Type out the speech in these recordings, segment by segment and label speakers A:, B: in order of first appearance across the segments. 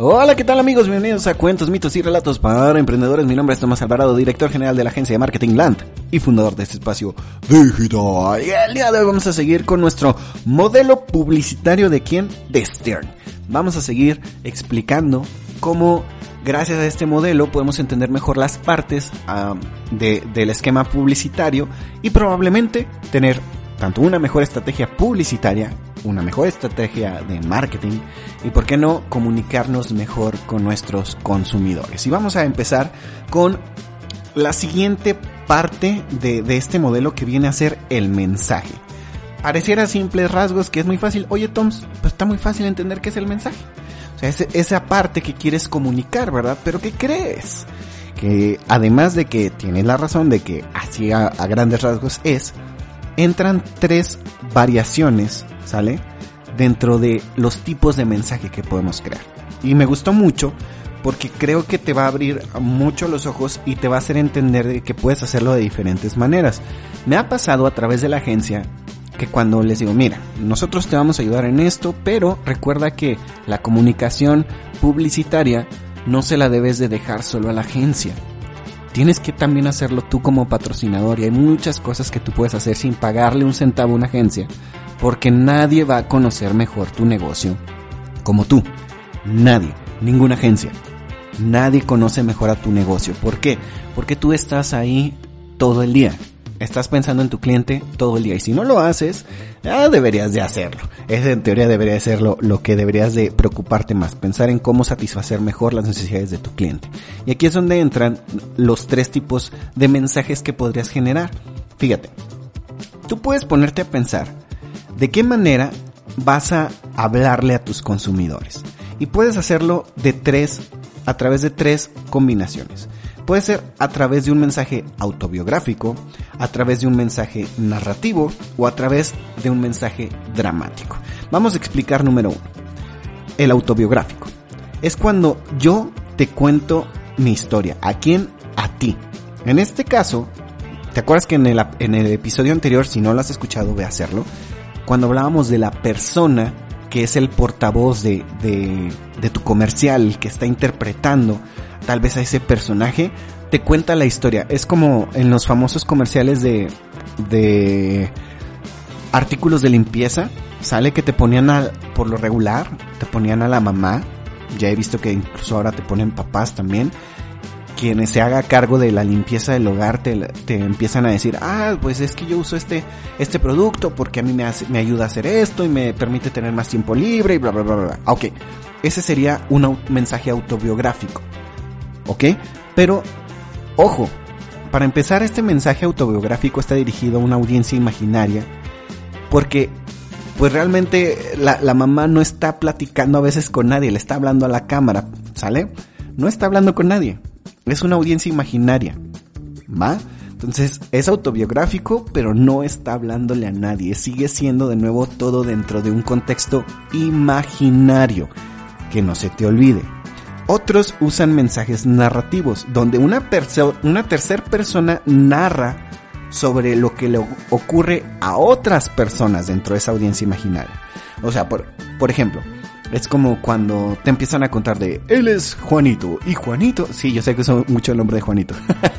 A: Hola, ¿qué tal amigos? Bienvenidos a Cuentos, Mitos y Relatos para Emprendedores. Mi nombre es Tomás Alvarado, director general de la agencia de marketing Land y fundador de este espacio digital. Y el día de hoy vamos a seguir con nuestro modelo publicitario de ¿quién? De Stern. Vamos a seguir explicando cómo gracias a este modelo podemos entender mejor las partes del esquema publicitario y probablemente tener tanto una mejor estrategia publicitaria, una mejor estrategia de marketing y, por qué no, comunicarnos mejor con nuestros consumidores. Y vamos a empezar con la siguiente parte de este modelo, que viene a ser el mensaje. Pareciera a simples rasgos que es muy fácil. Oye, Toms, pues está muy fácil entender qué es el mensaje. O sea, es esa parte que quieres comunicar, ¿verdad? Pero ¿qué crees? Que además de que tienes la razón de que así a grandes rasgos entran 3 variaciones, ¿sale? Dentro de los tipos de mensaje que podemos crear. Y me gustó mucho porque creo que te va a abrir mucho los ojos y te va a hacer entender que puedes hacerlo de diferentes maneras. Me ha pasado a través de la agencia que cuando les digo, mira, nosotros te vamos a ayudar en esto, pero recuerda que la comunicación publicitaria no se la debes de dejar solo a la agencia. Tienes que también hacerlo tú como patrocinador, y hay muchas cosas que tú puedes hacer sin pagarle un centavo a una agencia, porque nadie va a conocer mejor tu negocio como tú. Nadie, ninguna agencia. Nadie conoce mejor a tu negocio. ¿Por qué? Porque tú estás ahí todo el día. Estás pensando en tu cliente todo el día. Y si no lo haces, deberías de hacerlo. En teoría debería de ser lo que deberías de preocuparte más. Pensar en cómo satisfacer mejor las necesidades de tu cliente. Y aquí es donde entran los 3 tipos de mensajes que podrías generar. Fíjate, tú puedes ponerte a pensar de qué manera vas a hablarle a tus consumidores. Y puedes hacerlo a través de 3 combinaciones. Puede ser a través de un mensaje autobiográfico, a través de un mensaje narrativo o a través de un mensaje dramático. Vamos a explicar número 1. El autobiográfico. Es cuando yo te cuento mi historia. ¿A quién? A ti. En este caso, ¿te acuerdas que en el episodio anterior, si no lo has escuchado, ve a hacerlo? Cuando hablábamos de la persona que es el portavoz de tu comercial, que está interpretando tal vez a ese personaje, te cuenta la historia. Es como en los famosos comerciales de artículos de limpieza, sale que te ponían por lo regular, te ponían a la mamá, ya he visto que incluso ahora te ponen papás también, quienes se haga cargo de la limpieza del hogar, te empiezan a decir, pues es que yo uso este producto porque a mí me ayuda a hacer esto y me permite tener más tiempo libre y bla bla bla bla. Ok, ese sería un mensaje autobiográfico. ¿Ok? Pero, ojo, para empezar, este mensaje autobiográfico está dirigido a una audiencia imaginaria, porque pues realmente la mamá no está platicando a veces con nadie, le está hablando a la cámara, ¿sale? No está hablando con nadie, es una audiencia imaginaria, ¿va? Entonces es autobiográfico, pero no está hablándole a nadie, sigue siendo de nuevo todo dentro de un contexto imaginario, que no se te olvide. Otros usan mensajes narrativos, donde una tercera persona narra sobre lo que le ocurre a otras personas dentro de esa audiencia imaginaria. O sea, por ejemplo, es como cuando te empiezan a contar de él es Juanito, y Juanito, sí, yo sé que uso mucho el nombre de Juanito.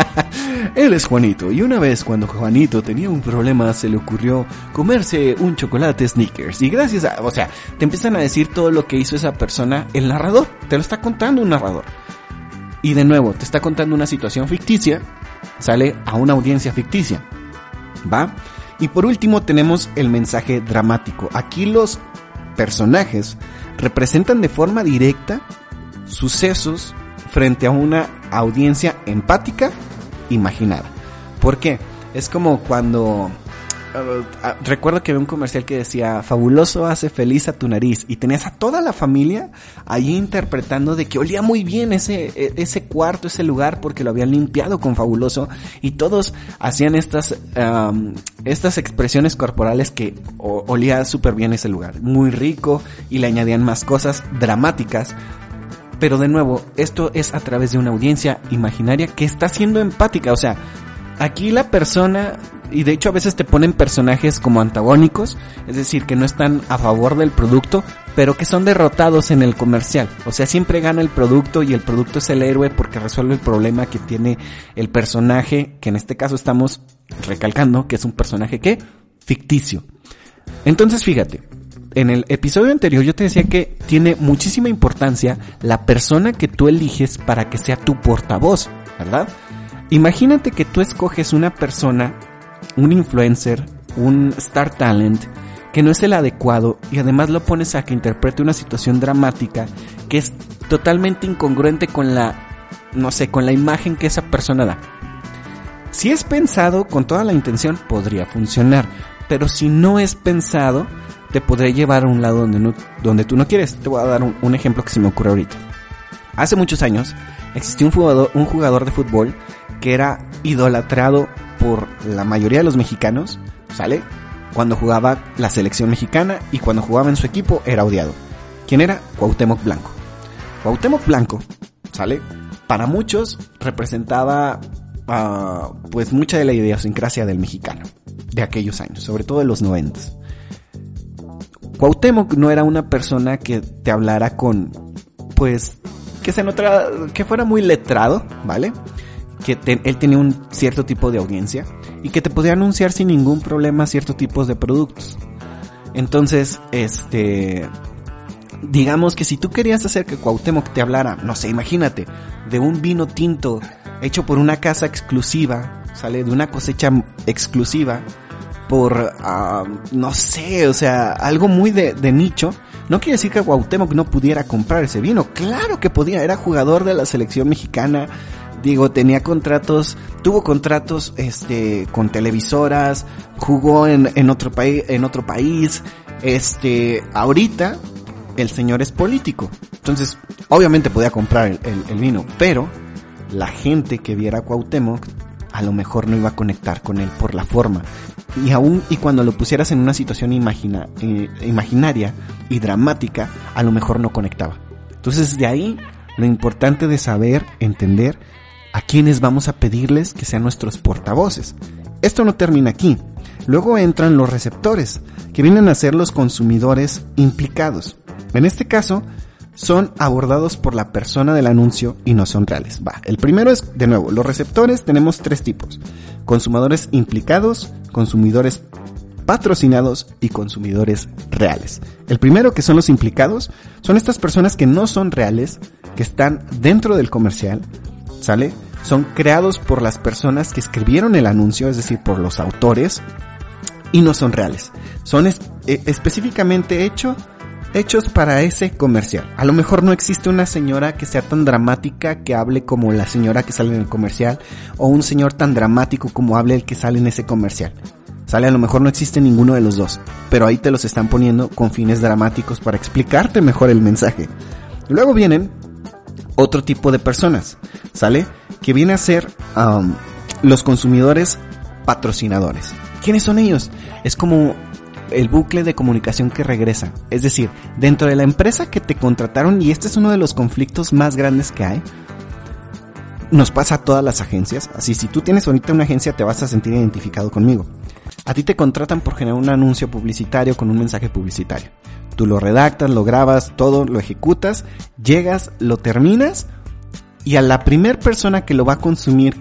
A: Él es Juanito, y una vez cuando Juanito tenía un problema se le ocurrió comerse un chocolate Snickers, y gracias a, o sea, te empiezan a decir todo lo que hizo esa persona, el narrador, te lo está contando un narrador. Y de nuevo, te está contando una situación ficticia, sale a una audiencia ficticia, ¿va? Y por último tenemos el mensaje dramático. Aquí los personajes representan de forma directa sucesos frente a una audiencia empática imaginada. ¿Por qué? Es como cuando recuerdo que había un comercial que decía fabuloso hace feliz a tu nariz, y tenías a toda la familia ahí interpretando de que olía muy bien ese cuarto, ese lugar, porque lo habían limpiado con fabuloso, y todos hacían estas expresiones corporales que olía súper bien ese lugar, muy rico, y le añadían más cosas dramáticas. Pero de nuevo, esto es a través de una audiencia imaginaria que está siendo empática. O sea, aquí la persona, y de hecho a veces te ponen personajes como antagónicos, es decir, que no están a favor del producto, pero que son derrotados en el comercial. O sea, siempre gana el producto y el producto es el héroe porque resuelve el problema que tiene el personaje, que en este caso estamos recalcando que es un personaje ¿qué? Ficticio. Entonces fíjate, en el episodio anterior yo te decía que tiene muchísima importancia la persona que tú eliges para que sea tu portavoz, ¿verdad? Imagínate que tú escoges una persona, un influencer, un star talent, que no es el adecuado y además lo pones a que interprete una situación dramática que es totalmente incongruente con con la imagen que esa persona da. Si es pensado con toda la intención, podría funcionar, pero si no es pensado, te podría llevar a un lado donde tú no quieres. Te voy a dar un ejemplo que se me ocurre ahorita. Hace muchos años existió un jugador de fútbol que era idolatrado por la mayoría de los mexicanos, ¿sale? Cuando jugaba la selección mexicana y cuando jugaba en su equipo era odiado. ¿Quién era? Cuauhtémoc Blanco. Cuauhtémoc Blanco, ¿sale? Para muchos representaba pues mucha de la idiosincrasia del mexicano de aquellos años, sobre todo de los 90. Cuauhtémoc no era una persona que te hablara con, pues, que fuera muy letrado, ¿vale? Que él tenía un cierto tipo de audiencia y que te podía anunciar sin ningún problema ciertos tipos de productos. Entonces, digamos que si tú querías hacer que Cuauhtémoc te hablara, no sé, imagínate, de un vino tinto hecho por una casa exclusiva, ¿sale? De una cosecha exclusiva, por, no sé, o sea, algo muy de nicho. No quiere decir que Cuauhtémoc no pudiera comprar ese vino. Claro que podía, era jugador de la selección mexicana. Digo, tuvo contratos, con televisoras, jugó en otro país, ahorita el señor es político. Entonces, obviamente podía comprar el vino, pero la gente que viera a Cuauhtémoc a lo mejor no iba a conectar con él por la forma. Y cuando lo pusieras en una situación imaginaria y dramática, a lo mejor no conectaba. Entonces, de ahí lo importante de saber, entender a quiénes vamos a pedirles que sean nuestros portavoces. Esto no termina aquí. Luego entran los receptores, que vienen a ser los consumidores implicados. En este caso, son abordados por la persona del anuncio y no son reales. El primero es, de nuevo, los receptores tenemos 3 tipos. Consumidores implicados, consumidores patrocinados y consumidores reales. El primero, que son los implicados, son estas personas que no son reales, que están dentro del comercial, ¿sale? Son creados por las personas que escribieron el anuncio, es decir, por los autores, y no son reales. Son específicamente hechos para ese comercial. A lo mejor no existe una señora que sea tan dramática que hable como la señora que sale en el comercial, o un señor tan dramático como hable el que sale en ese comercial. ¿Sale? A lo mejor no existe ninguno de los dos, pero ahí te los están poniendo con fines dramáticos para explicarte mejor el mensaje. Luego vienen otro tipo de personas, ¿sale? Que viene a ser los consumidores patrocinadores. ¿Quiénes son ellos? Es como el bucle de comunicación que regresa. Es decir, dentro de la empresa que te contrataron, y este es uno de los conflictos más grandes que hay, nos pasa a todas las agencias. Así, si tú tienes ahorita una agencia, te vas a sentir identificado conmigo. A ti te contratan por generar un anuncio publicitario con un mensaje publicitario. Tú lo redactas, lo grabas, todo, lo ejecutas, llegas, lo terminas, y a la primera persona que lo va a consumir,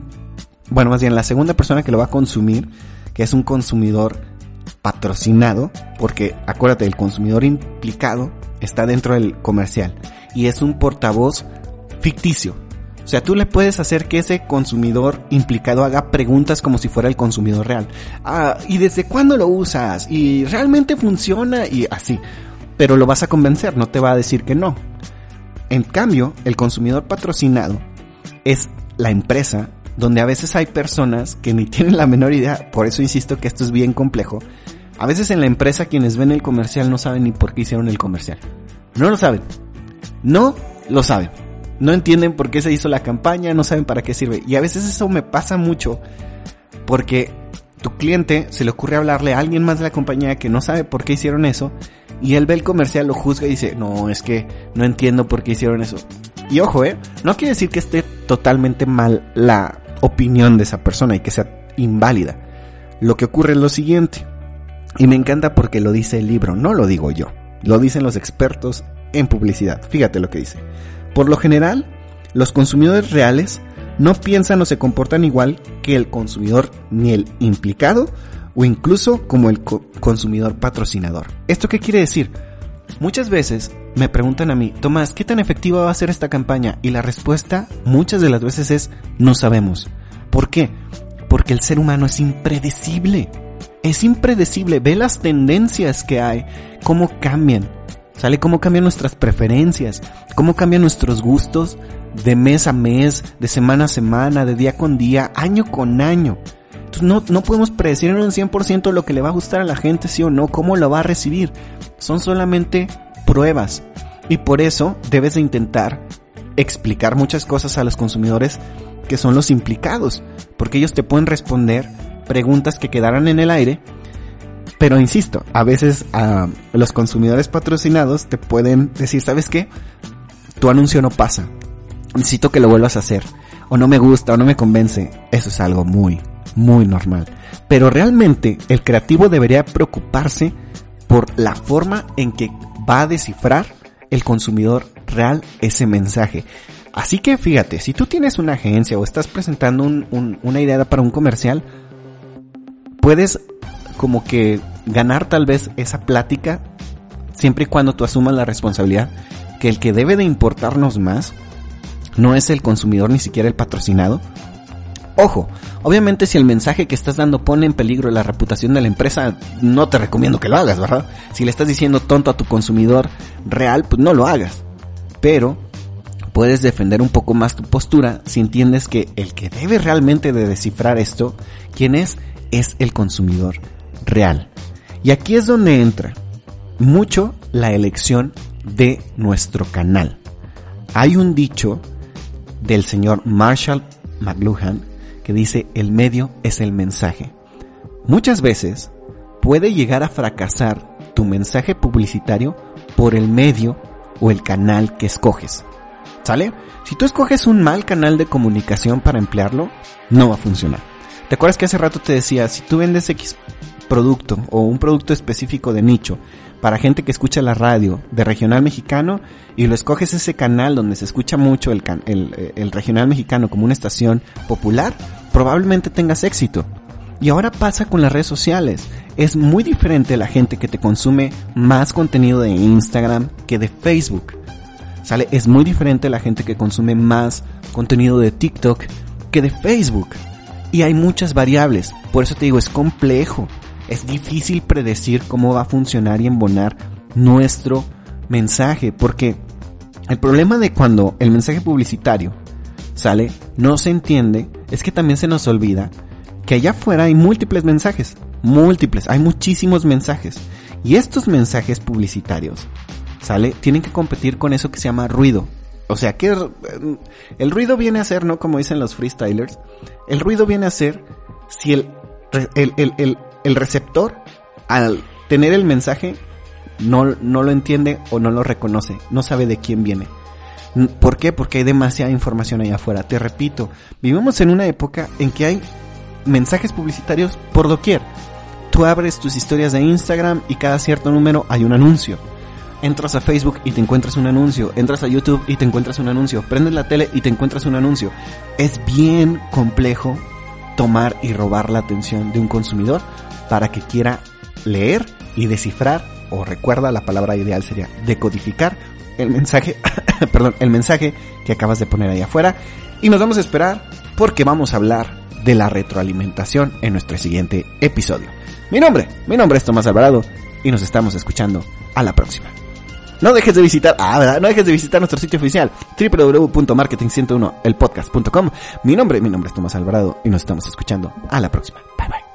A: la segunda persona que lo va a consumir, que es un consumidor patrocinado, porque acuérdate, el consumidor implicado está dentro del comercial y es un portavoz ficticio. O sea, tú le puedes hacer que ese consumidor implicado haga preguntas como si fuera el consumidor real. ¿Y desde cuándo lo usas? ¿Y realmente funciona? Y así. Pero lo vas a convencer, no te va a decir que no. En cambio, el consumidor patrocinado es la empresa, donde a veces hay personas que ni tienen la menor idea. Por eso insisto que esto es bien complejo. A veces en la empresa quienes ven el comercial no saben ni por qué hicieron el comercial. No lo saben. No lo saben. No entienden por qué se hizo la campaña, no saben para qué sirve. Y a veces eso me pasa mucho porque tu cliente se le ocurre hablarle a alguien más de la compañía que no sabe por qué hicieron eso, y él ve el comercial, lo juzga y dice, no, es que no entiendo por qué hicieron eso. Y ojo, no quiere decir que esté totalmente mal la opinión de esa persona y que sea inválida. Lo que ocurre es lo siguiente, y me encanta porque lo dice el libro, no lo digo yo. Lo dicen los expertos en publicidad. Fíjate lo que dice. Por lo general, los consumidores reales no piensan o se comportan igual que el consumidor ni el implicado o incluso como el consumidor patrocinador. ¿Esto qué quiere decir? Muchas veces me preguntan a mí, Tomás, ¿qué tan efectiva va a ser esta campaña? Y la respuesta muchas de las veces es, no sabemos. ¿Por qué? Porque el ser humano es impredecible. Es impredecible. Ve las tendencias que hay, cómo cambian. ¿Sale? Cómo cambian nuestras preferencias, cómo cambian nuestros gustos de mes a mes, de semana a semana, de día con día, año con año. Entonces no podemos predecir en un 100% lo que le va a gustar a la gente, sí o no, cómo lo va a recibir. Son solamente pruebas. Y por eso debes de intentar explicar muchas cosas a los consumidores que son los implicados. Porque ellos te pueden responder preguntas que quedaran en el aire. Pero insisto, a veces los consumidores patrocinados te pueden decir, ¿sabes qué? Tu anuncio no pasa. Necesito que lo vuelvas a hacer. O no me gusta, o no me convence. Eso es algo muy, muy normal. Pero realmente el creativo debería preocuparse por la forma en que va a descifrar el consumidor real ese mensaje. Así que fíjate, si tú tienes una agencia o estás presentando una idea para un comercial, puedes como que ganar tal vez esa plática siempre y cuando tú asumas la responsabilidad que el que debe de importarnos más no es el consumidor ni siquiera el patrocinado. Ojo, obviamente si el mensaje que estás dando pone en peligro la reputación de la empresa, no te recomiendo que lo hagas, ¿verdad? Si le estás diciendo tonto a tu consumidor real, pues no lo hagas. Pero puedes defender un poco más tu postura si entiendes que el que debe realmente de descifrar esto, ¿quién es? Es el consumidor real. Y aquí es donde entra mucho la elección de nuestro canal. Hay un dicho del señor Marshall McLuhan que dice, el medio es el mensaje. Muchas veces puede llegar a fracasar tu mensaje publicitario por el medio o el canal que escoges. ¿Sale? Si tú escoges un mal canal de comunicación para emplearlo, no va a funcionar. ¿Te acuerdas que hace rato te decía, si tú vendes X producto o un producto específico de nicho para gente que escucha la radio de regional mexicano y lo escoges ese canal donde se escucha mucho el regional mexicano como una estación popular, probablemente tengas éxito? Y ahora pasa con las redes sociales. Es muy diferente la gente que te consume más contenido de Instagram que de Facebook. ¿Sale? Es muy diferente la gente que consume más contenido de TikTok que de Facebook. Y hay muchas variables. Por eso te digo, es complejo. Es difícil predecir cómo va a funcionar y embonar nuestro mensaje. Porque el problema de cuando el mensaje publicitario sale, no se entiende, es que también se nos olvida que allá afuera hay múltiples mensajes. Múltiples. Hay muchísimos mensajes. Y estos mensajes publicitarios, ¿sale? Tienen que competir con eso que se llama ruido. O sea, que el ruido viene a ser, ¿no? Como dicen los freestylers, el ruido viene a ser si el receptor, al tener el mensaje, no lo entiende o no lo reconoce, no sabe de quién viene. ¿Por qué? Porque hay demasiada información allá afuera. Te repito, vivimos en una época en que hay mensajes publicitarios por doquier. Tú abres tus historias de Instagram y cada cierto número hay un anuncio. Entras a Facebook y te encuentras un anuncio. Entras a YouTube y te encuentras un anuncio. Prendes la tele y te encuentras un anuncio. Es bien complejo tomar y robar la atención de un consumidor para que quiera leer y descifrar, o recuerda, la palabra ideal sería decodificar el mensaje, el mensaje que acabas de poner ahí afuera. Y nos vamos a esperar porque vamos a hablar de la retroalimentación en nuestro siguiente episodio. Mi nombre es Tomás Alvarado y nos estamos escuchando a la próxima. No dejes de visitar, no dejes de visitar nuestro sitio oficial www.marketing101elpodcast.com. Mi nombre es Tomás Alvarado y nos estamos escuchando a la próxima. Bye bye.